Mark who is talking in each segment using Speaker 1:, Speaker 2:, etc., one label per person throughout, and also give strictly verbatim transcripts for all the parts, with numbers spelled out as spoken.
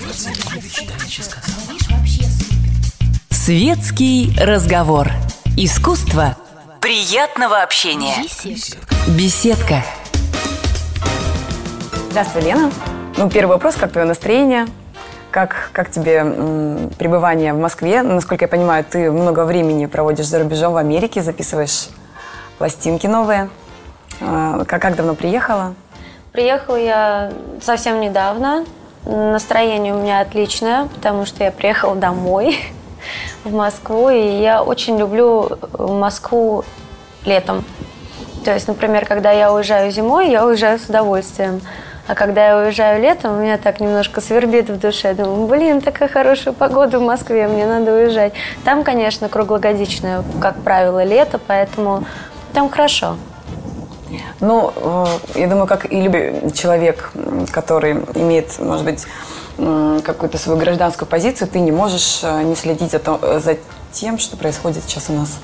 Speaker 1: Светский разговор. Искусство приятного общения. Беседка.
Speaker 2: Здравствуй, Лена. Ну, первый вопрос, как твое настроение? Как, как тебе м, пребывание в Москве? Насколько я понимаю, ты много времени проводишь за рубежом, в Америке, записываешь пластинки новые. А, как, как давно приехала?
Speaker 3: Приехала я совсем недавно. Настроение у меня отличное, потому что я приехала домой в Москву, и я очень люблю Москву летом. То есть, например, когда я уезжаю зимой, я уезжаю с удовольствием. А когда я уезжаю летом, у меня так немножко свербит в душе. Я думаю, блин, такая хорошая погода в Москве, мне надо уезжать. Там, конечно, круглогодичное, как правило, лето, поэтому там хорошо.
Speaker 2: Ну, я думаю, как и любой человек, который имеет, может быть, какую-то свою гражданскую позицию, ты не можешь не следить за, то, за тем, что происходит сейчас у нас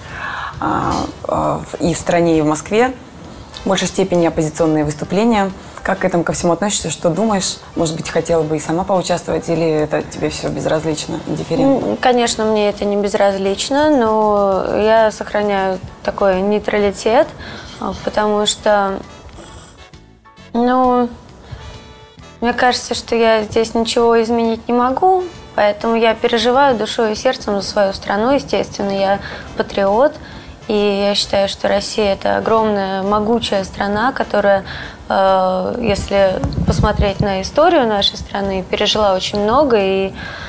Speaker 2: и в стране, и в Москве. В большей степени оппозиционные выступления. Как к этому ко всему относишься? Что думаешь? Может быть, хотела бы и сама поучаствовать, или это тебе все безразлично, индифферентно?
Speaker 3: Конечно, мне это не безразлично, но я сохраняю такой нейтралитет, потому что, ну, мне кажется, что я здесь ничего изменить не могу, поэтому я переживаю душой и сердцем за свою страну. Естественно, я патриот. И я считаю, что Россия – это огромная, могучая страна, которая, э, если посмотреть на историю нашей страны, пережила очень много. И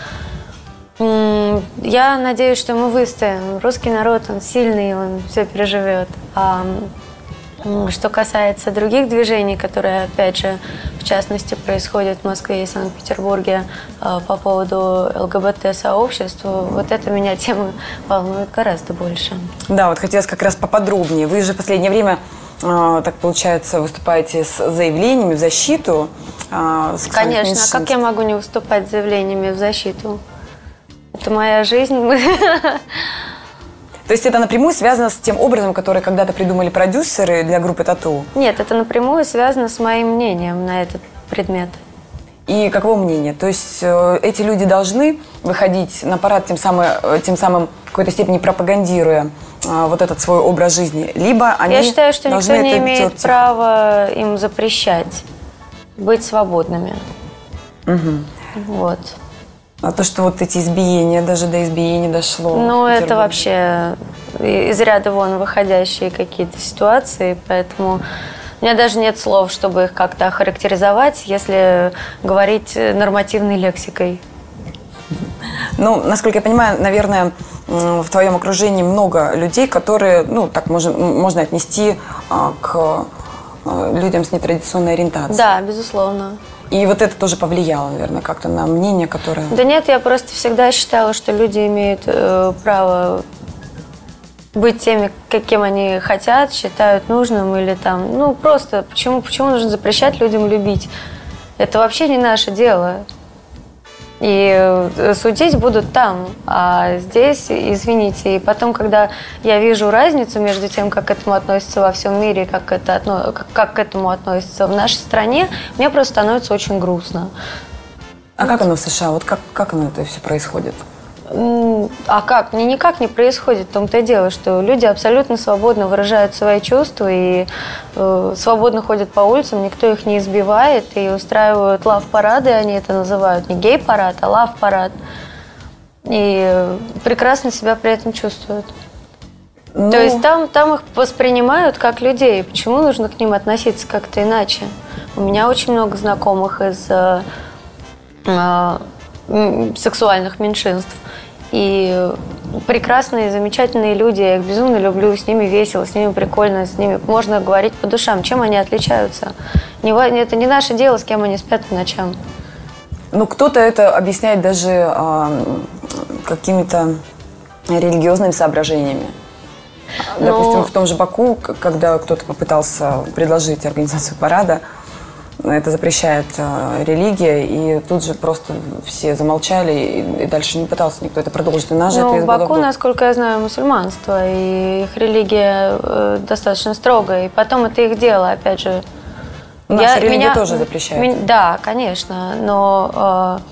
Speaker 3: э, я надеюсь, что мы выстоим. Русский народ, он сильный, он все переживет. А э, что касается других движений, которые, опять же, в частности, происходят в Москве и Санкт-Петербурге э, по поводу ЛГБТ-сообщества, вот эта меня тема волнует гораздо больше.
Speaker 2: Да, вот хотелось как раз поподробнее. Вы же в последнее время, э, так получается, выступаете с заявлениями в защиту э, сексуальных
Speaker 3: Конечно,
Speaker 2: меньшинств.
Speaker 3: а как я могу не выступать с заявлениями в защиту? Это моя жизнь.
Speaker 2: То есть это напрямую связано с тем образом, который когда-то придумали продюсеры для группы «Тату»?
Speaker 3: Нет, это напрямую связано с моим мнением на этот предмет.
Speaker 2: И каково мнение? То есть э, эти люди должны выходить на парад, тем самым, тем самым в какой-то степени пропагандируя э, вот этот свой образ жизни, либо они
Speaker 3: Я считаю, что никто не
Speaker 2: это
Speaker 3: имеет
Speaker 2: делать
Speaker 3: права им запрещать быть свободными.
Speaker 2: Угу.
Speaker 3: Вот.
Speaker 2: А то, что вот эти избиения, даже до избиений дошло.
Speaker 3: Ну, это вообще из ряда вон выходящие какие-то ситуации, поэтому у меня даже нет слов, чтобы их как-то охарактеризовать, если говорить нормативной лексикой.
Speaker 2: Ну, насколько я понимаю, наверное, в твоем окружении много людей, которые, ну, так можно, можно отнести к людям с нетрадиционной ориентацией.
Speaker 3: Да, безусловно.
Speaker 2: И вот это тоже повлияло, наверное, как-то на мнение, которое...
Speaker 3: Да нет, я просто всегда считала, что люди имеют э, право быть теми, каким они хотят, считают нужным, или там, ну, просто, почему, почему нужно запрещать людям любить? Это вообще не наше дело. И судить будут там, а здесь, извините. И потом, когда я вижу разницу между тем, как к этому относятся во всем мире, и как, это, как, как к этому относятся в нашей стране, мне просто становится очень грустно.
Speaker 2: А вот. Как оно в США? Вот как, как оно это все происходит?
Speaker 3: А как? Мне никак не происходит. В том-то и дело, что люди абсолютно свободно выражают свои чувства и э, свободно ходят по улицам, никто их не избивает, и устраивают лав-парады, они это называют. Не гей-парад, а лав-парад. И прекрасно себя при этом чувствуют. Ну... То есть там, там их воспринимают как людей. Почему нужно к ним относиться как-то иначе? У меня очень много знакомых из э, э, сексуальных меньшинств. И прекрасные, замечательные люди, я их безумно люблю, с ними весело, с ними прикольно, с ними можно говорить по душам. Чем они отличаются? Это не наше дело, с кем они спят по ночам.
Speaker 2: Ну, кто-то это объясняет даже э, какими-то религиозными соображениями. Но... Допустим, в том же Баку, когда кто-то попытался предложить организацию парада, это запрещает э, религия, и тут же просто все замолчали, и, и дальше не пытался никто это продолжить. У нас же
Speaker 3: ну,
Speaker 2: это из года в
Speaker 3: Баку,
Speaker 2: год.
Speaker 3: насколько я знаю, мусульманство, и их религия э, достаточно строгая, и потом это их дело, опять же.
Speaker 2: Наша
Speaker 3: я,
Speaker 2: религия
Speaker 3: меня,
Speaker 2: тоже запрещает.
Speaker 3: Меня, да, конечно, но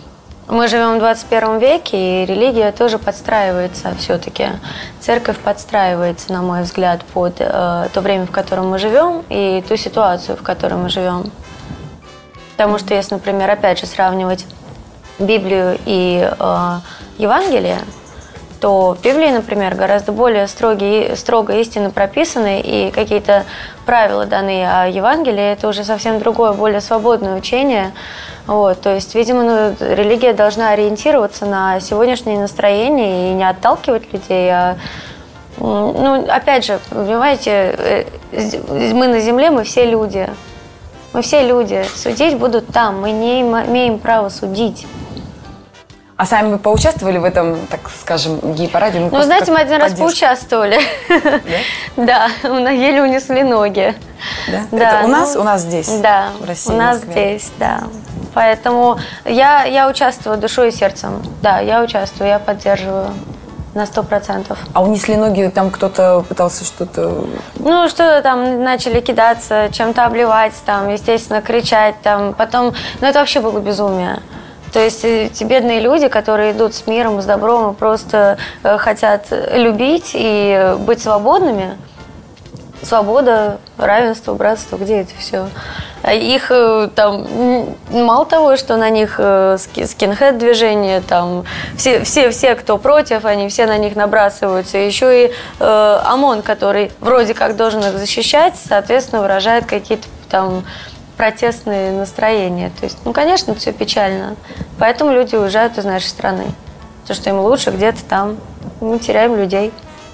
Speaker 3: Мы живем в двадцать первом веке, и религия тоже подстраивается все-таки. Церковь подстраивается, на мой взгляд, под э, то время, в котором мы живем, и ту ситуацию, в которой мы живем. Потому что если, например, опять же сравнивать Библию и э, Евангелие, то в Библии, например, гораздо более строгие, строго истины прописаны и какие-то правила даны, а Евангелие – это уже совсем другое, более свободное учение. Вот, то есть, видимо, ну, религия должна ориентироваться на сегодняшнее настроение и не отталкивать людей, а, ну, опять же, понимаете, мы на земле, мы все люди. Мы все люди. Судить будут там. Мы не имеем права судить.
Speaker 2: А сами вы поучаствовали в этом, так скажем, гей-параде?
Speaker 3: Ну, знаете, мы один раз поучаствовали. Да? Да, еле унесли ноги.
Speaker 2: Да? Да. Это у нас, у нас здесь?
Speaker 3: Да,
Speaker 2: в России,
Speaker 3: у нас здесь, да. Поэтому я, я участвую душой и сердцем. Да, я участвую, я поддерживаю на сто процентов.
Speaker 2: А унесли ноги, там кто-то пытался что-то...
Speaker 3: Ну, что там, начали кидаться, чем-то обливать, там, естественно, кричать, там, потом... Ну, это вообще было безумие. То есть эти бедные люди, которые идут с миром, с добром и просто э, хотят любить и быть свободными. Свобода, равенство, братство, где это все? Их там, мало того, что на них скинхед-движение, там, все, все, все, кто против, они все на них набрасываются. Еще и э, ОМОН, который вроде как должен их защищать, соответственно, выражает какие-то там протестные настроения. То есть, ну, конечно, это все печально. Поэтому люди уезжают из нашей страны. Потому что им лучше где-то там. Мы теряем людей.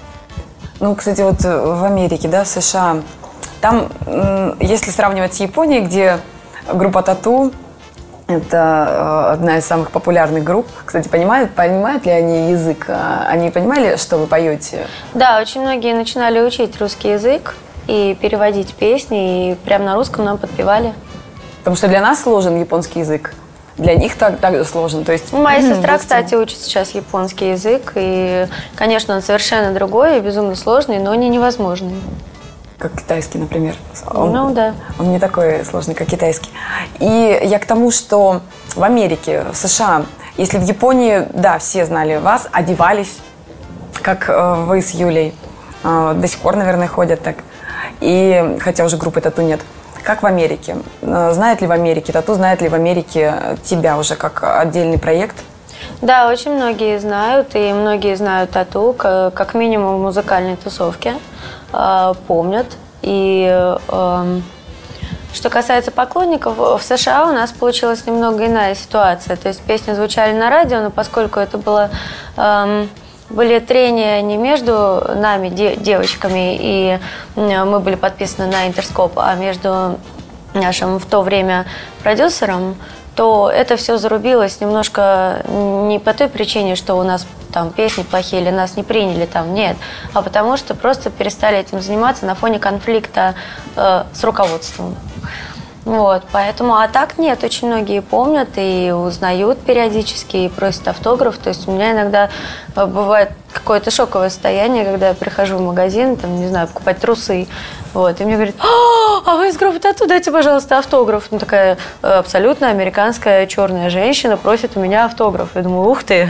Speaker 2: Ну, кстати, вот в Америке, да, в США, там, если сравнивать с Японией, где группа Тату – это одна из самых популярных групп. Кстати, понимают, понимают ли они язык? Они понимали, что вы поете?
Speaker 3: Да, очень многие начинали учить русский язык и переводить песни, и прямо на русском нам подпевали.
Speaker 2: Потому что для нас сложен японский язык. Для них так, так же сложно. То есть,
Speaker 3: моя сестра, кстати, учит сейчас японский язык. И, конечно, он совершенно другой и безумно сложный, но не невозможный.
Speaker 2: Как китайский, например. Он,
Speaker 3: ну, да.
Speaker 2: Он не такой сложный, как китайский. И я к тому, что в Америке, в США, если в Японии, да, все знали вас, одевались, как э, вы с Юлей, э, до сих пор, наверное, ходят так. И, хотя уже группы Тату нет. Как в Америке? Знает ли в Америке Тату, знает ли в Америке тебя уже как отдельный проект?
Speaker 3: Да, очень многие знают, и многие знают Тату, как минимум в музыкальной тусовке, помнят. И э, что касается поклонников, в США у нас получилась немного иная ситуация. То есть песни звучали на радио, но поскольку это было... Э, были трения не между нами, девочками, и мы были подписаны на Интерскоп, а между нашим в то время продюсером, то это все зарубилось немножко не по той причине, что у нас там песни плохие или нас не приняли там, нет, а потому что просто перестали этим заниматься на фоне конфликта э, с руководством. Вот, поэтому, а так нет, очень многие помнят и узнают периодически, и просят автограф. То есть у меня иногда бывает какое-то шоковое состояние, когда я прихожу в магазин, там, не знаю, покупать трусы, вот, и мне говорят: а вы из группы Тату, дайте, пожалуйста, автограф. Ну, такая абсолютно американская черная женщина просит у меня автограф. Я думаю, ух ты.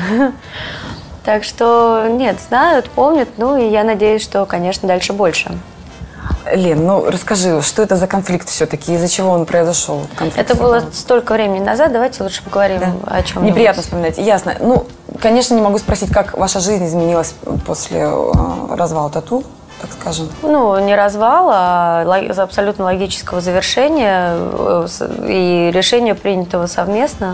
Speaker 3: Так что, нет, знают, помнят, ну, и я надеюсь, что, конечно, дальше больше.
Speaker 2: Лен, ну расскажи, что это за конфликт все-таки, из-за чего он произошел?
Speaker 3: Это было столько времени назад, давайте лучше поговорим да. о чем-нибудь.
Speaker 2: Неприятно вспоминать, ясно. Ну, конечно, не могу спросить, как ваша жизнь изменилась после э, развала Тату, так скажем.
Speaker 3: Ну, не развала, а абсолютно логического завершения и решения, принятого совместно.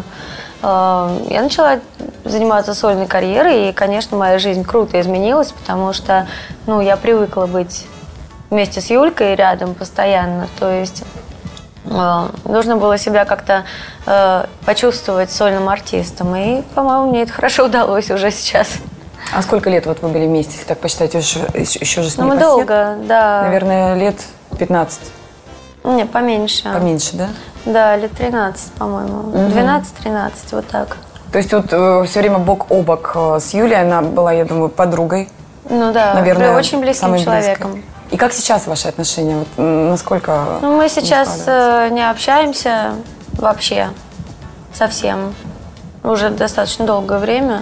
Speaker 3: Я начала заниматься сольной карьерой, и, конечно, моя жизнь круто изменилась, потому что, ну, я привыкла быть вместе с Юлькой рядом постоянно, то есть э, нужно было себя как-то э, почувствовать сольным артистом, и, по-моему, мне это хорошо удалось уже сейчас.
Speaker 2: А сколько лет вот вы были вместе, если так посчитать, еще, еще же с ней
Speaker 3: ну, мы
Speaker 2: посет?
Speaker 3: долго, да.
Speaker 2: Наверное, лет пятнадцать?
Speaker 3: Не, поменьше.
Speaker 2: Поменьше, да?
Speaker 3: Да, лет тринадцать, по-моему, угу. двенадцать-тринадцать, вот так.
Speaker 2: То есть вот э, все время бок о бок э, с Юлей, она была, я думаю, подругой?
Speaker 3: Ну да, наверное, очень близким человеком.
Speaker 2: Близкой. И как сейчас ваши отношения? Вот насколько?
Speaker 3: Ну, мы сейчас не общаемся вообще совсем. уже достаточно долгое время.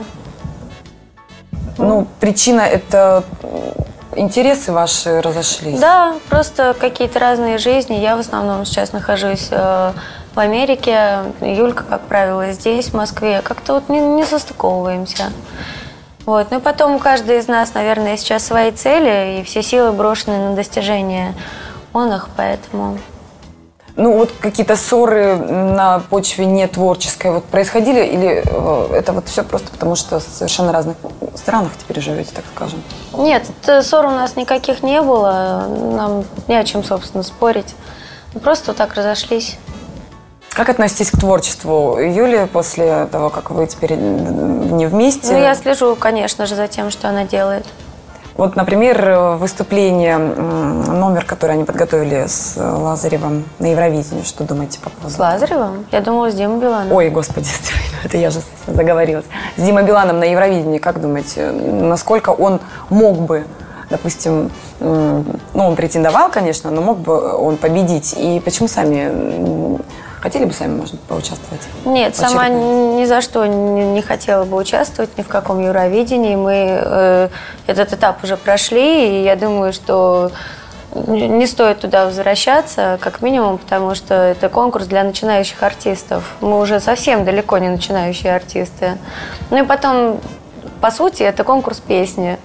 Speaker 2: Ну, причина – это интересы ваши разошлись?
Speaker 3: Да, просто какие-то разные жизни. Я в основном сейчас нахожусь э, в Америке. Юлька, как правило, здесь, в Москве. Как-то вот не, не состыковываемся. Вот. Ну и потом у каждой из нас, наверное, сейчас свои цели, и все силы брошены на достижение он их, поэтому...
Speaker 2: Ну, вот какие-то ссоры на почве не творческой вот происходили, или э, это вот все просто потому, что в совершенно разных странах теперь живете, так скажем?
Speaker 3: Нет, ссор у нас никаких не было, нам не о чем, собственно, спорить. Мы просто вот так разошлись.
Speaker 2: Как относитесь к творчеству Юли после того, как вы теперь не вместе?
Speaker 3: Ну, я слежу, конечно же, за тем, что она делает.
Speaker 2: Вот, например, выступление, номер, который они подготовили с Лазаревым на Евровидении. Что думаете по поводу?
Speaker 3: С Лазаревым? Я думала, с Димой Биланом.
Speaker 2: Ой, господи, это я же заговорилась. С Димой Биланом на Евровидении, как думаете, насколько он мог бы, допустим, ну, он претендовал, конечно, но мог бы он победить? И почему сами... Хотели бы сами, может, поучаствовать?
Speaker 3: Нет, сама ни за что не, не хотела бы участвовать ни в каком Евровидении. Мы э, этот этап уже прошли, и я думаю, что не стоит туда возвращаться, как минимум, потому что это конкурс для начинающих артистов. Мы уже совсем далеко не начинающие артисты. Ну и потом, по сути, это конкурс песни.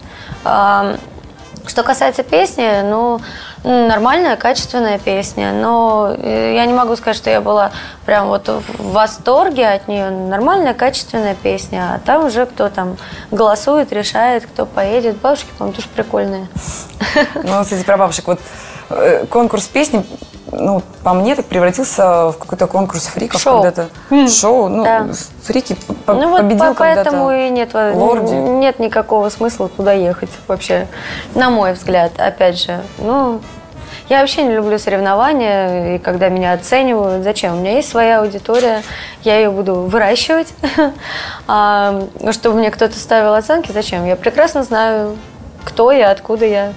Speaker 3: Что касается песни, ну, нормальная, качественная песня, но я не могу сказать, что я была прям вот в восторге от нее. Нормальная, качественная песня, а там уже кто там голосует, решает, кто поедет. Бабушки, по-моему, тоже прикольные.
Speaker 2: Ну, кстати, про бабушек. Вот конкурс песни, ну, по мне, так превратился в какой-то конкурс фриков.
Speaker 3: Шоу.
Speaker 2: Когда-то. Шоу. Ну, да. Фрики по-
Speaker 3: ну,
Speaker 2: победил
Speaker 3: вот
Speaker 2: когда-то
Speaker 3: поэтому и нет, нет никакого смысла туда ехать вообще, на мой взгляд, опять же. Ну, я вообще не люблю соревнования, и когда меня оценивают, зачем? У меня есть своя аудитория, я ее буду выращивать. А чтобы мне кто-то ставил оценки, зачем? Я прекрасно знаю, кто я, откуда я.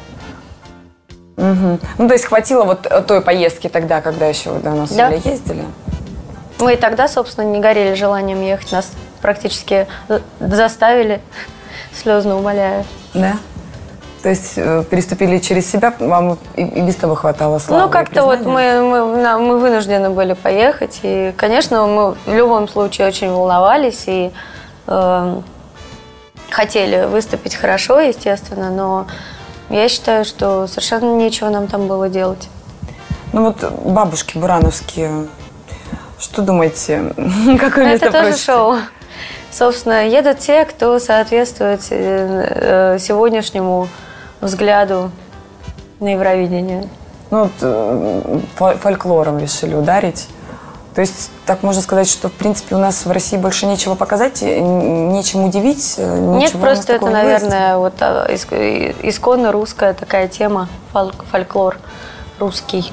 Speaker 2: Угу. Ну, то есть хватило вот той поездки тогда, когда еще давно с
Speaker 3: Да.
Speaker 2: Юлей ездили?
Speaker 3: Мы и тогда, собственно, не горели желанием ехать. Нас практически заставили, слезно умоляю.
Speaker 2: Да? То есть э, переступили через себя, вам и, и без того хватало славы?
Speaker 3: Ну, как-то вот мы, мы, на- мы вынуждены были поехать. И, конечно, мы в любом случае очень волновались и э, хотели выступить хорошо, естественно, но я считаю, что совершенно нечего нам там было делать.
Speaker 2: Ну вот бабушки бурановские, что думаете, какое место
Speaker 3: Это тоже
Speaker 2: просите?
Speaker 3: шоу. Собственно, едут те, кто соответствует э, сегодняшнему взгляду на Евровидение.
Speaker 2: Ну вот э, фо- фольклором решили ударить. То есть так можно сказать, что в принципе у нас в России больше нечего показать, и нечем удивить, э,
Speaker 3: Нет,
Speaker 2: ничего у нас
Speaker 3: просто это,
Speaker 2: такого не есть.
Speaker 3: наверное, вот а, иск- исконно русская такая тема, фольк- фольклор русский.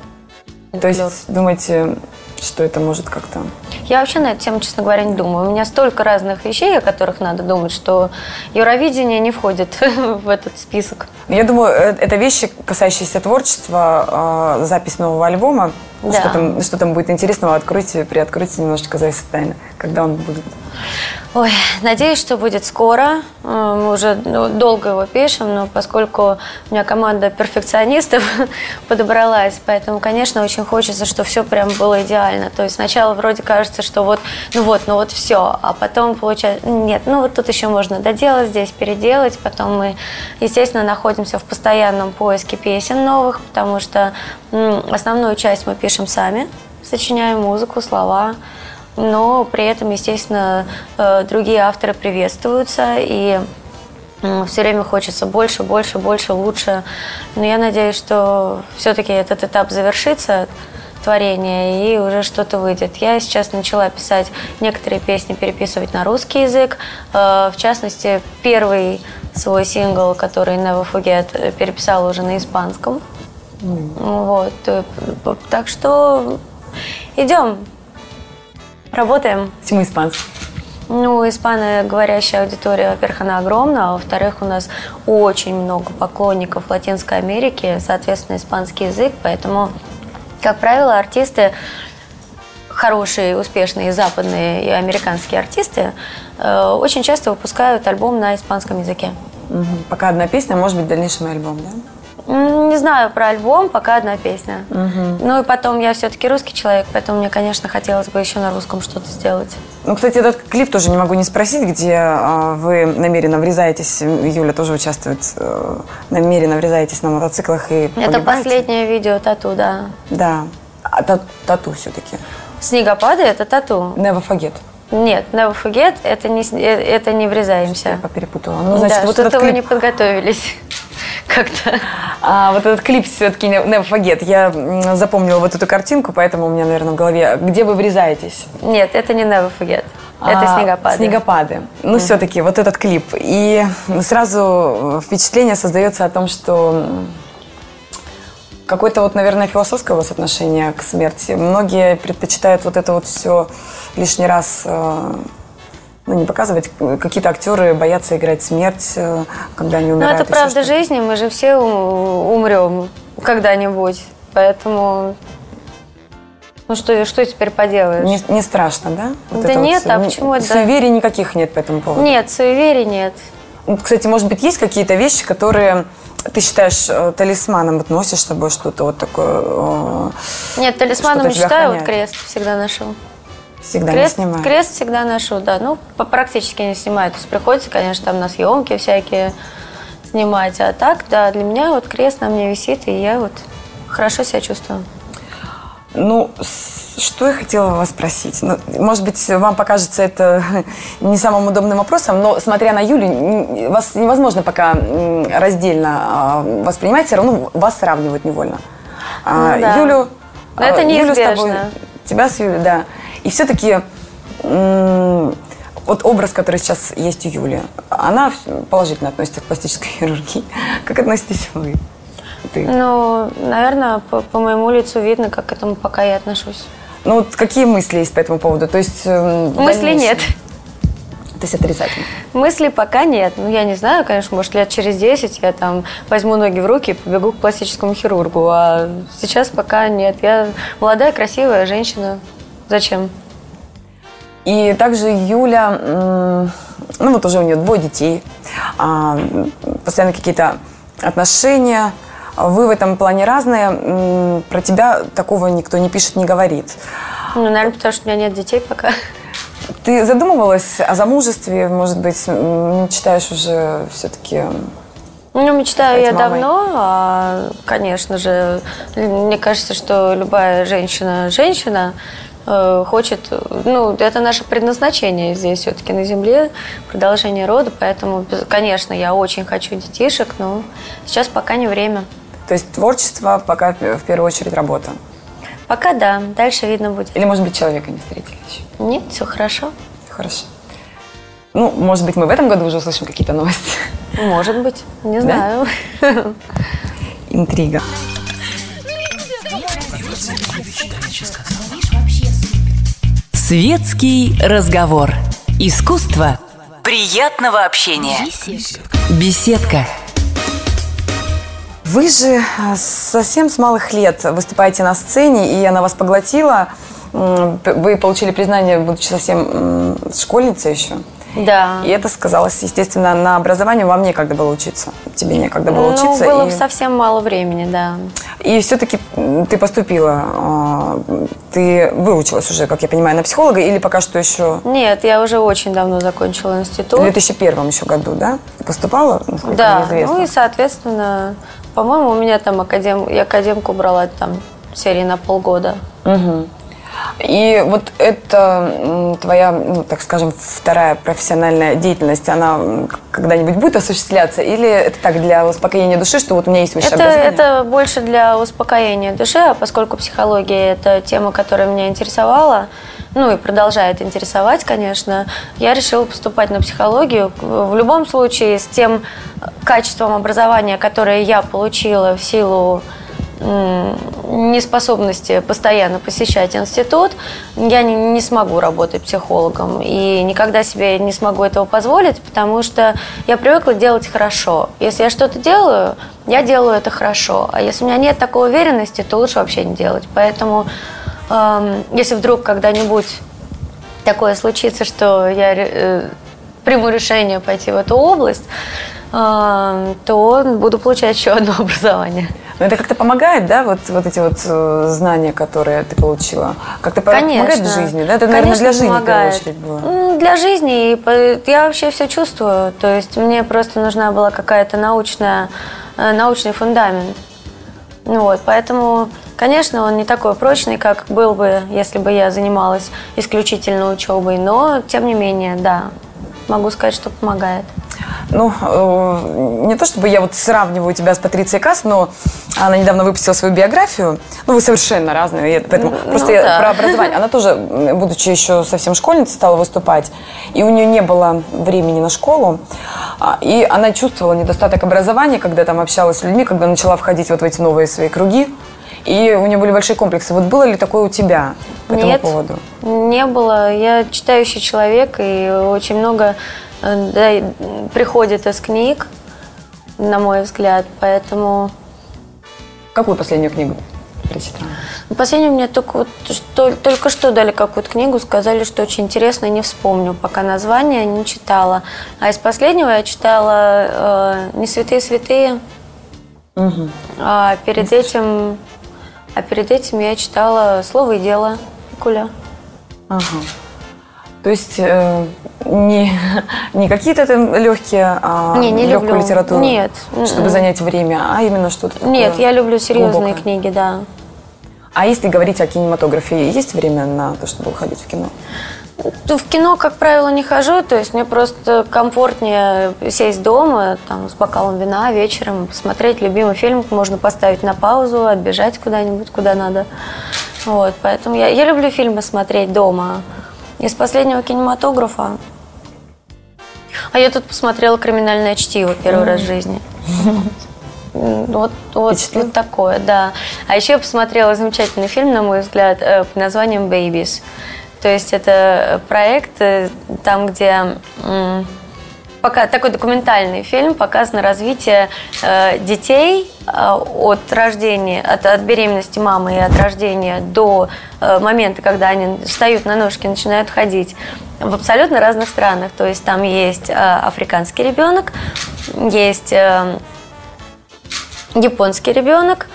Speaker 2: То
Speaker 3: Фольклор.
Speaker 2: есть думаете, что это может как-то...
Speaker 3: Я вообще на эту тему, честно говоря, не думаю. У меня столько разных вещей, о которых надо думать, что Евровидение не входит в этот список.
Speaker 2: Я думаю, э, это вещи, касающиеся творчества, э, запись нового альбома.
Speaker 3: Да.
Speaker 2: Что там, что там будет интересного, откройте, приоткройте немножечко завесу тайны. Когда он будет?
Speaker 3: Ой, надеюсь, что будет скоро. Э, Мы уже ну, долго его пишем, но поскольку у меня команда перфекционистов подобралась, поэтому, конечно, очень хочется, чтобы все прям было идеально. То есть сначала вроде кажется, что вот, ну вот, ну вот все, а потом получается, нет, ну вот тут еще можно доделать, здесь переделать. Потом мы, естественно, находимся в постоянном поиске песен новых, потому что м, основную часть мы пишем сами, сочиняем музыку, слова. Но при этом, естественно, э, другие авторы приветствуются, и все время хочется больше, больше, больше, лучше. Но я надеюсь, что все-таки этот этап завершится, творения, и уже что-то выйдет. Я сейчас начала писать некоторые песни, переписывать на русский язык. Э, В частности, первый свой сингл, который Never Forget, переписала уже на испанском. Mm. Вот. Э, Так что идем. Работаем.
Speaker 2: Почему испанский?
Speaker 3: Ну, испаноговорящая аудитория, во-первых, она огромна, а во-вторых, у нас очень много поклонников Латинской Америки, соответственно, испанский язык, поэтому, как правило, артисты хорошие, успешные западные и американские артисты э, очень часто выпускают альбом на испанском языке.
Speaker 2: Угу. Пока одна песня, может быть, в дальнейшем альбом, да?
Speaker 3: Не знаю про альбом, пока одна песня.
Speaker 2: Угу.
Speaker 3: Ну и потом, я все-таки русский человек, поэтому мне, конечно, хотелось бы еще на русском что-то сделать.
Speaker 2: Ну, кстати, этот клип тоже не могу не спросить, где э, вы намеренно врезаетесь, Юля тоже участвует, э, намеренно врезаетесь на мотоциклах и
Speaker 3: Это
Speaker 2: погибаете.
Speaker 3: последнее видео «Тату», да.
Speaker 2: Да. А та- тату все-таки.
Speaker 3: «Снегопады» — это «Тату».
Speaker 2: Never forget.
Speaker 3: Нет, «Never forget» — это не, это не врезаемся.
Speaker 2: Я перепутала. Ну, значит,
Speaker 3: да,
Speaker 2: вот
Speaker 3: что-то
Speaker 2: этот
Speaker 3: вы
Speaker 2: клип...
Speaker 3: не подготовились как-то.
Speaker 2: А вот этот клип все-таки Never forget. Я м, запомнила вот эту картинку, поэтому у меня, наверное, в голове. Где вы врезаетесь?
Speaker 3: Нет, это не «Never forget». Это
Speaker 2: А,
Speaker 3: «Снегопады».
Speaker 2: Снегопады. Ну, mm-hmm. все-таки вот этот клип. И сразу впечатление создается о том, что какое-то вот, наверное, философское у вас отношение к смерти. Многие предпочитают вот это вот все лишний раз, ну, не показывать. Какие-то актеры боятся играть смерть, когда они умирают.
Speaker 3: Ну, это правда жизни, мы же все умрем когда-нибудь. Поэтому, ну, что, что теперь поделаешь?
Speaker 2: Не, не страшно, да? Вот
Speaker 3: да нет,
Speaker 2: вот,
Speaker 3: а почему это?
Speaker 2: Суеверий никаких нет по этому поводу?
Speaker 3: Нет, суеверий нет.
Speaker 2: Кстати, может быть, есть какие-то вещи, которые ты считаешь талисманом, вот носишь с собой что-то вот такое?
Speaker 3: Нет, талисманом не считаю, вот крест всегда ношу.
Speaker 2: Всегда
Speaker 3: крест,
Speaker 2: не снимаю? Крест
Speaker 3: всегда ношу, да. Ну, практически не снимаю. То есть приходится, конечно, там на съемки всякие снимать. А так, да, для меня вот крест на мне висит, и я вот хорошо себя чувствую.
Speaker 2: Ну, что я хотела вас спросить? Ну, может быть, вам покажется это не самым удобным вопросом, но, смотря на Юлю, вас невозможно пока раздельно воспринимать, все равно вас сравнивают невольно.
Speaker 3: Ну, да.
Speaker 2: Юлю,
Speaker 3: но это неизбежно.
Speaker 2: Юлю с тобой, тебя с Юлей, да. И все-таки вот образ, который сейчас есть у Юли, она положительно относится к пластической хирургии. Как относитесь вы? Ты?
Speaker 3: Ну, наверное, по, по моему лицу видно, как к этому пока я отношусь.
Speaker 2: Ну, вот какие мысли есть по этому поводу? То есть,
Speaker 3: мыслей нет.
Speaker 2: То есть отрицательно?
Speaker 3: Мыслей пока нет. Ну, я не знаю, конечно, может, лет через десять я там возьму ноги в руки и побегу к пластическому хирургу. А сейчас пока нет. Я молодая, красивая женщина. Зачем?
Speaker 2: И также Юля, ну вот уже у нее двое детей, постоянно какие-то отношения. Вы в этом плане разные. Про тебя такого никто не пишет, не говорит.
Speaker 3: Ну, наверное, потому что у меня нет детей пока.
Speaker 2: Ты задумывалась о замужестве? Может быть, мечтаешь уже все-таки...
Speaker 3: Ну, мечтаю я давно, а, конечно же. Мне кажется, что любая женщина, женщина э, хочет... Ну, это наше предназначение здесь все-таки на земле, продолжение рода. Поэтому, конечно, я очень хочу детишек, но сейчас пока не время.
Speaker 2: То есть творчество пока в первую очередь работа?
Speaker 3: Пока да, дальше видно будет.
Speaker 2: Или, может быть, человека не встретили еще?
Speaker 3: Нет, все хорошо.
Speaker 2: Хорошо. Ну, может быть, мы в этом году уже услышим какие-то новости?
Speaker 3: Может быть, не знаю.
Speaker 2: Да? Интрига.
Speaker 1: Светский разговор. Искусство приятного общения. Беседка.
Speaker 2: Вы же совсем с малых лет выступаете на сцене, и она вас поглотила. Вы получили признание, будучи совсем школьницей еще.
Speaker 3: Да.
Speaker 2: И это сказалось, естественно, на образовании. Вам некогда было учиться. Тебе некогда было
Speaker 3: ну,
Speaker 2: учиться.
Speaker 3: было
Speaker 2: и...
Speaker 3: совсем мало времени, да.
Speaker 2: И все-таки ты поступила, ты выучилась уже, как я понимаю, на психолога или пока что еще?
Speaker 3: Нет, я уже очень давно закончила институт.
Speaker 2: В две тысячи первом еще году, да? Ты поступала, насколько
Speaker 3: да,
Speaker 2: мне известно?
Speaker 3: Ну и, соответственно, по-моему, у меня там академ... я академку брала там серии на полгода.
Speaker 2: Угу. И вот это твоя, ну, так скажем, вторая профессиональная деятельность, она когда-нибудь будет осуществляться? Или это так, для успокоения души, что вот у меня есть высшее
Speaker 3: это,
Speaker 2: образование?
Speaker 3: Это больше для успокоения души, а поскольку психология – это тема, которая меня интересовала, ну и продолжает интересовать, конечно, я решила поступать на психологию. В любом случае, с тем качеством образования, которое я получила в силу неспособности постоянно посещать институт, я не, не смогу работать психологом. И никогда себе не смогу этого позволить, потому что я привыкла делать хорошо. Если я что-то делаю, я делаю это хорошо. А если у меня нет такой уверенности, то лучше вообще не делать. Поэтому э, если вдруг когда-нибудь такое случится, что я э, приму решение пойти в эту область, э, то буду получать еще одно образование.
Speaker 2: Но это как-то помогает, да, вот, вот эти вот э, знания, которые ты получила? Как-то помогает в жизни, да? Это, наверное,
Speaker 3: Конечно,
Speaker 2: для жизни,
Speaker 3: помогает.
Speaker 2: в первую очередь, было.
Speaker 3: Для жизни. И я вообще все чувствую. То есть мне просто нужна была какая-то научная, научный фундамент. Вот, поэтому, конечно, он не такой прочный, как был бы, если бы я занималась исключительно учебой. Но, тем не менее, да, могу сказать, что помогает.
Speaker 2: Ну, э, не то чтобы я вот сравниваю тебя с Патрицией Каас, но она недавно выпустила свою биографию. Ну, вы совершенно разные, и поэтому ну, просто я
Speaker 3: да.
Speaker 2: про образование. Она тоже, будучи еще совсем школьницей, стала выступать, и у нее не было времени на школу, и она чувствовала недостаток образования, когда там общалась с людьми, когда начала входить вот в эти новые свои круги, и у нее были большие комплексы. Вот было ли такое у тебя по этому
Speaker 3: Нет,
Speaker 2: поводу?
Speaker 3: Не было. Я читающий человек, и очень много да, приходит из книг, на мой взгляд, поэтому...
Speaker 2: Какую последнюю книгу прочитала?
Speaker 3: Последнюю мне только, вот, что, только что дали какую-то книгу, сказали, что очень интересно, не вспомню, пока название не читала. А из последнего я читала э, «Не святые святые», угу. а, перед этим, а перед этим я читала «Слово и дело» Куля.
Speaker 2: Ага. То есть э, не, не какие-то там легкие, а
Speaker 3: не, не
Speaker 2: легкую
Speaker 3: люблю.
Speaker 2: литературу,
Speaker 3: Нет.
Speaker 2: чтобы занять время, а именно что-то такое.
Speaker 3: Нет, я люблю серьезные
Speaker 2: глубокое.
Speaker 3: книги, да.
Speaker 2: А если говорить о кинематографе, есть время на то, чтобы выходить в кино?
Speaker 3: В кино, как правило, не хожу, то есть мне просто комфортнее сесть дома там, с бокалом вина вечером, посмотреть любимый фильм, можно поставить на паузу, отбежать куда-нибудь, куда надо. Вот, поэтому я, я люблю фильмы смотреть дома. Из последнего кинематографа. А я тут посмотрела «Криминальное чтиво» первый mm. раз в жизни. Вот, вот, вот такое, да. А еще я посмотрела замечательный фильм, на мой взгляд, под названием «Babies». То есть это проект, там, где пока такой документальный фильм, показано развитие э, детей э, от рождения, от, от беременности мамы и от рождения до э, момента, когда они встают на ножки и начинают ходить в абсолютно разных странах. То есть там есть э, африканский ребенок, есть э, японский ребенок,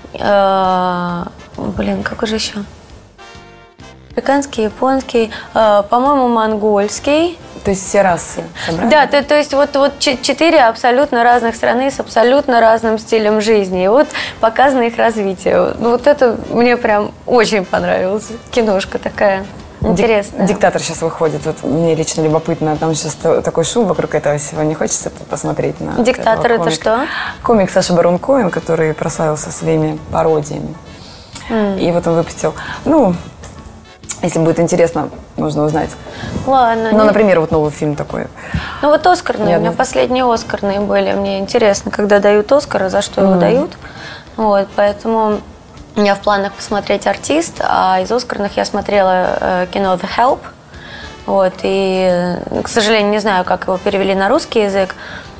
Speaker 3: э, блин, какой же еще? Африканский, японский, э, по-моему, монгольский.
Speaker 2: То есть все расы собрали?
Speaker 3: Да, то, то есть вот, вот четыре абсолютно разных страны с абсолютно разным стилем жизни. И вот показано их развитие. Вот это мне прям очень понравилось. Киношка такая интересная.
Speaker 2: «Диктатор» сейчас выходит. Вот мне лично любопытно. Там сейчас такой шум вокруг этого всего. Не хочется посмотреть на
Speaker 3: «Диктатор» это что?
Speaker 2: Комик Саша Барон Коэн, который прославился своими пародиями. Mm. И вот он выпустил... Ну, если будет интересно, можно узнать.
Speaker 3: Ладно.
Speaker 2: Ну, например, вот новый фильм такой.
Speaker 3: Ну, вот «Оскарные». У меня последние «Оскарные» были. Мне интересно, когда дают «Оскар», за что mm. его дают. Вот, поэтому у меня в планах посмотреть «Артист», а из «Оскарных» я смотрела э, кино «The Help». Вот, и, к сожалению, не знаю, как его перевели на русский язык,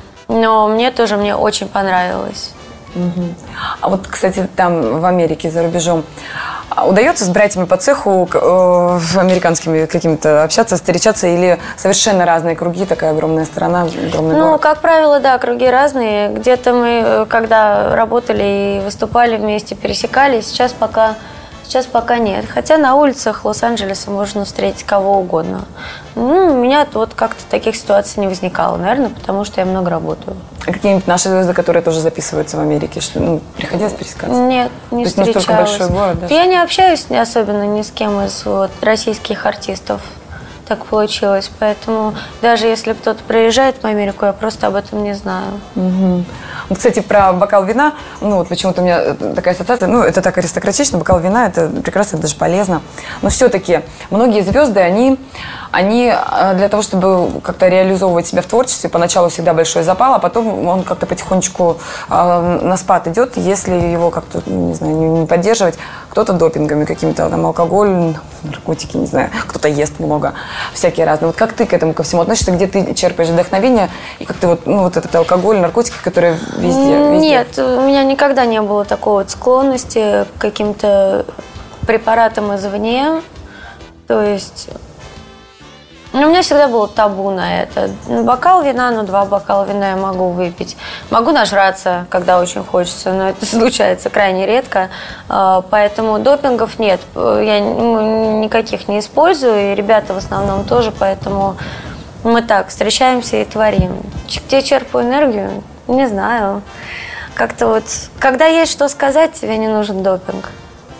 Speaker 3: но мне тоже мне очень понравилось.
Speaker 2: Угу. А вот, кстати, там в Америке, за рубежом, удается с братьями по цеху э, американскими какими-то общаться, встречаться, или совершенно разные круги, такая огромная страна, огромный
Speaker 3: Ну,
Speaker 2: город?
Speaker 3: как правило, да, круги разные. Где-то мы, когда работали и выступали вместе, пересекались, сейчас пока, сейчас пока нет. Хотя на улицах Лос-Анджелеса можно встретить кого угодно. Ну, у меня вот как-то таких ситуаций не возникало, наверное, потому что я много работаю.
Speaker 2: А какие-нибудь наши звезды, которые тоже записываются в Америке, что, ну, приходилось пересекаться?
Speaker 3: Нет, не
Speaker 2: То
Speaker 3: встречалась.
Speaker 2: есть настолько большой город, да?
Speaker 3: Я не общаюсь не особенно ни с кем из вот, российских артистов. Так получилось. Поэтому даже если кто-то приезжает в Америку, я просто об этом не знаю.
Speaker 2: Угу. Вот, кстати, про бокал вина, ну вот почему-то у меня такая ассоциация, ну это так аристократично, бокал вина, это прекрасно, это даже полезно. Но все-таки многие звезды, они, они для того, чтобы как-то реализовывать себя в творчестве, поначалу всегда большой запал, а потом он как-то потихонечку э, на спад идет, если его как-то, не знаю, не, не поддерживать. Кто-то допингами каким-то, там, алкоголь, наркотики, не знаю, кто-то ест много, всякие разные. Вот как ты к этому ко всему относишься, где ты черпаешь вдохновение, и как ты вот, ну, вот этот алкоголь, наркотики, которые везде, везде?
Speaker 3: Нет, у меня никогда не было такой вот склонности к каким-то препаратам извне. То есть... Ну, у меня всегда было табу на это. Бокал вина, ну, два бокала вина я могу выпить. Могу нажраться, когда очень хочется, но это случается крайне редко. Поэтому допингов нет. Я никаких не использую, и ребята в основном тоже, поэтому мы так встречаемся и творим. Где черпаю энергию? Не знаю. Как-то вот, когда есть что сказать, тебе не нужен допинг.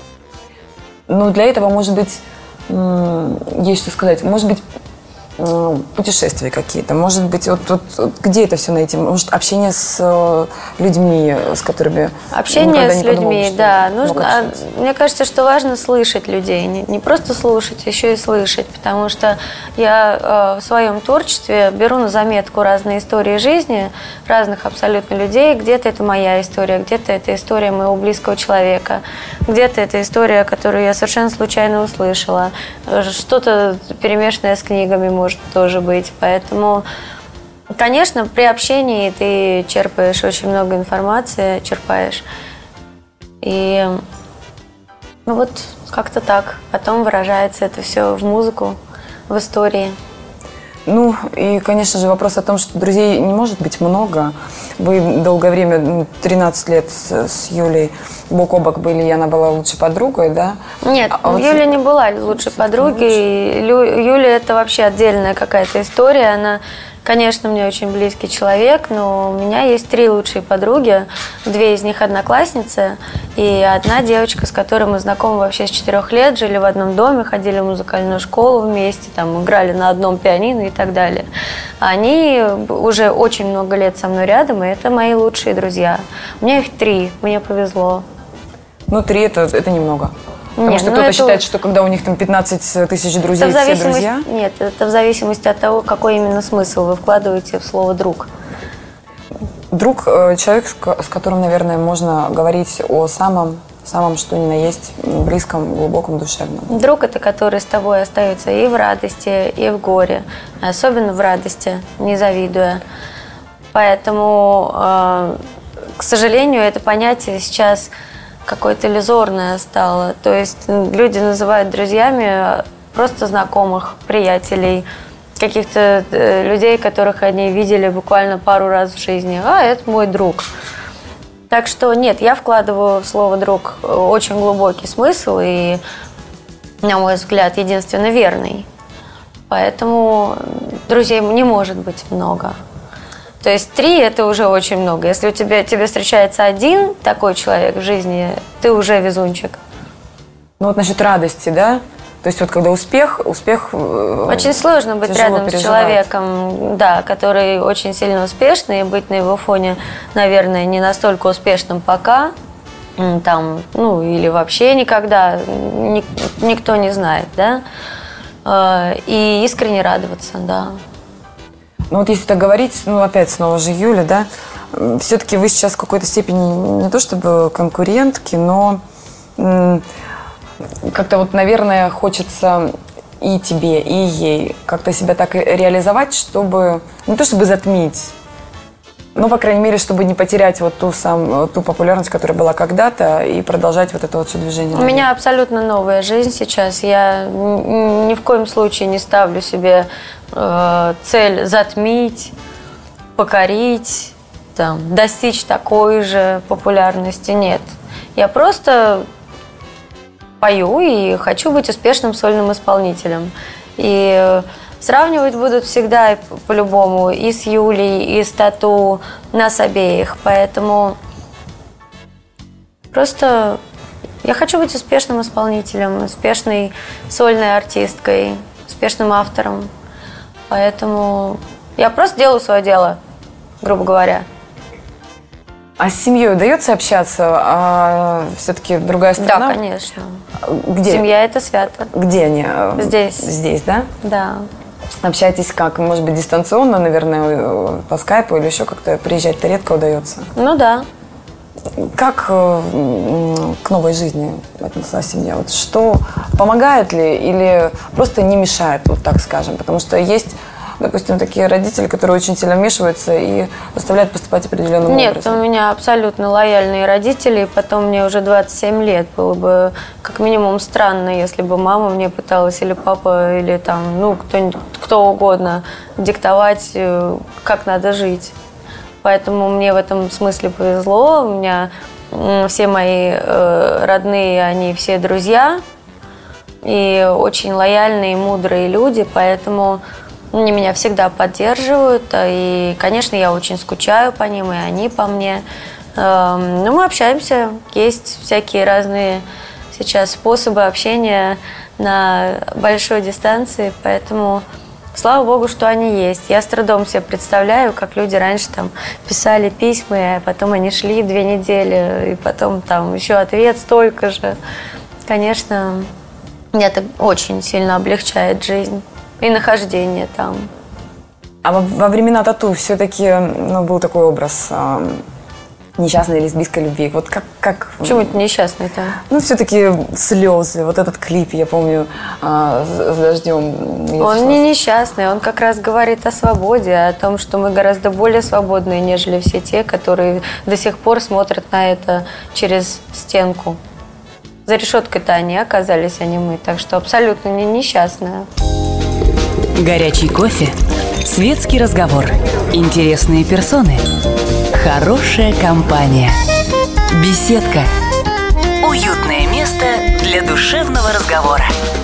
Speaker 2: Ну, для этого, может быть, есть что сказать. Может быть, путешествия какие-то, может быть, вот, вот, вот где это все найти? Может, общение с людьми, с которыми
Speaker 3: общение с людьми, подумал, да, нужно. Мне кажется, что важно слышать людей, не, не просто слушать, еще и слышать, потому что я э, в своем творчестве беру на заметку разные истории жизни разных абсолютно людей. Где-то это моя история, где-то это история моего близкого человека, где-то это история, которую я совершенно случайно услышала, что-то перемешанное с книгами, может тоже быть. Поэтому, конечно, при общении ты черпаешь очень много информации, черпаешь. И ну вот как-то так. Потом выражается это все в музыку, в истории.
Speaker 2: Ну, и, конечно же, вопрос о том, что друзей не может быть много. Вы долгое время, тринадцать лет с, с Юлей бок о бок были, и она была лучшей подругой, да?
Speaker 3: Нет, а вот Юля не была лучшей подругой. Юля – это вообще отдельная какая-то история. Она, конечно, мне очень близкий человек, но у меня есть три лучшие подруги. Две из них одноклассницы, и одна девочка, с которой мы знакомы вообще с четырех лет, жили в одном доме, ходили в музыкальную школу вместе, там, играли на одном пианино и так далее. Они уже очень много лет со мной рядом, и это мои лучшие друзья. У меня их три, мне повезло.
Speaker 2: Ну, три это, это немного. Потому нет, что кто-то это... считает, что когда у них там пятнадцать тысяч друзей, все друзья.
Speaker 3: Нет, это в зависимости от того, какой именно смысл вы вкладываете в слово «друг».
Speaker 2: Друг – человек, с которым, наверное, можно говорить о самом, самом что ни на есть, близком, глубоком, душевном.
Speaker 3: Друг – это который с тобой остается и в радости, и в горе. Особенно в радости, не завидуя. Поэтому, к сожалению, это понятие сейчас какое-то иллюзорное стало. То есть люди называют друзьями просто знакомых, приятелей, каких-то людей, которых они видели буквально пару раз в жизни. А, это мой друг. Так что нет, я вкладываю в слово «друг» очень глубокий смысл и, на мой взгляд, единственно верный. Поэтому друзей не может быть много. То есть три – это уже очень много. Если у тебя тебе встречается один такой человек в жизни, ты уже везунчик.
Speaker 2: Ну вот насчет радости, да? То есть вот когда успех, успех
Speaker 3: очень сложно быть рядом переживать. С человеком, да, который очень сильно успешный, и быть на его фоне, наверное, не настолько успешным пока, там, ну или вообще никогда, ник, никто не знает, да, и искренне радоваться, да.
Speaker 2: Ну вот если так говорить, ну опять снова же Юля, да, все-таки вы сейчас в какой-то степени не то чтобы конкурентки, но как-то вот, наверное, хочется и тебе, и ей как-то себя так реализовать, чтобы, не то чтобы затмить, но, по крайней мере, чтобы не потерять вот ту, сам, ту популярность, которая была когда-то, и продолжать вот это вот все движение.
Speaker 3: У меня абсолютно новая жизнь сейчас. Я ни в коем случае не ставлю себе э, цель затмить, покорить, там, достичь такой же популярности. Нет. Я просто пою и хочу быть успешным сольным исполнителем. И сравнивать будут всегда и по-любому и с Юлей, и с Тату, нас обеих. Поэтому просто я хочу быть успешным исполнителем, успешной сольной артисткой, успешным автором. Поэтому я просто делаю свое дело, грубо говоря.
Speaker 2: А с семьей удается общаться? А все-таки другая страна?
Speaker 3: Да, конечно.
Speaker 2: Где?
Speaker 3: Семья – это свято.
Speaker 2: Где они?
Speaker 3: Здесь.
Speaker 2: Здесь, да?
Speaker 3: Да.
Speaker 2: Общаетесь как? Может быть, дистанционно, наверное, по скайпу или еще как-то приезжать-то редко удается?
Speaker 3: Ну да.
Speaker 2: Как к новой жизни отнеслась семья? Вот что, помогает ли или просто не мешает, вот так скажем? Потому что есть допустим, такие родители, которые очень сильно вмешиваются и заставляют поступать определенным
Speaker 3: Нет,
Speaker 2: образом?
Speaker 3: Нет, у меня абсолютно лояльные родители, и потом мне уже двадцать семь лет. Было бы как минимум странно, если бы мама мне пыталась, или папа, или там, ну, кто, кто угодно диктовать, как надо жить. Поэтому мне в этом смысле повезло. У меня все мои э, родные, они все друзья и очень лояльные, мудрые люди, поэтому они меня всегда поддерживают. И, конечно, я очень скучаю по ним, и они по мне. Э, но мы общаемся, есть всякие разные сейчас способы общения на большой дистанции, поэтому... Слава Богу, что они есть. Я с трудом себе представляю, как люди раньше там писали письма, а потом они шли две недели, и потом там еще ответ столько же. Конечно, это очень сильно облегчает жизнь и нахождение там.
Speaker 2: А во, во времена тату все-таки ну, был такой образ э, несчастной лесбийской любви. Вот как, как...
Speaker 3: Почему это несчастный-то?
Speaker 2: Ну, все-таки слезы. Вот этот клип, я помню, э, с, с дождем.
Speaker 3: Он не несчастный, он как раз говорит о свободе, о том, что мы гораздо более свободные, нежели все те, которые до сих пор смотрят на это через стенку. За решеткой-то они оказались, а не мы. Так что абсолютно не несчастная.
Speaker 1: Горячий кофе, светский разговор, интересные персоны, хорошая компания. Беседка. Уютное место для душевного разговора.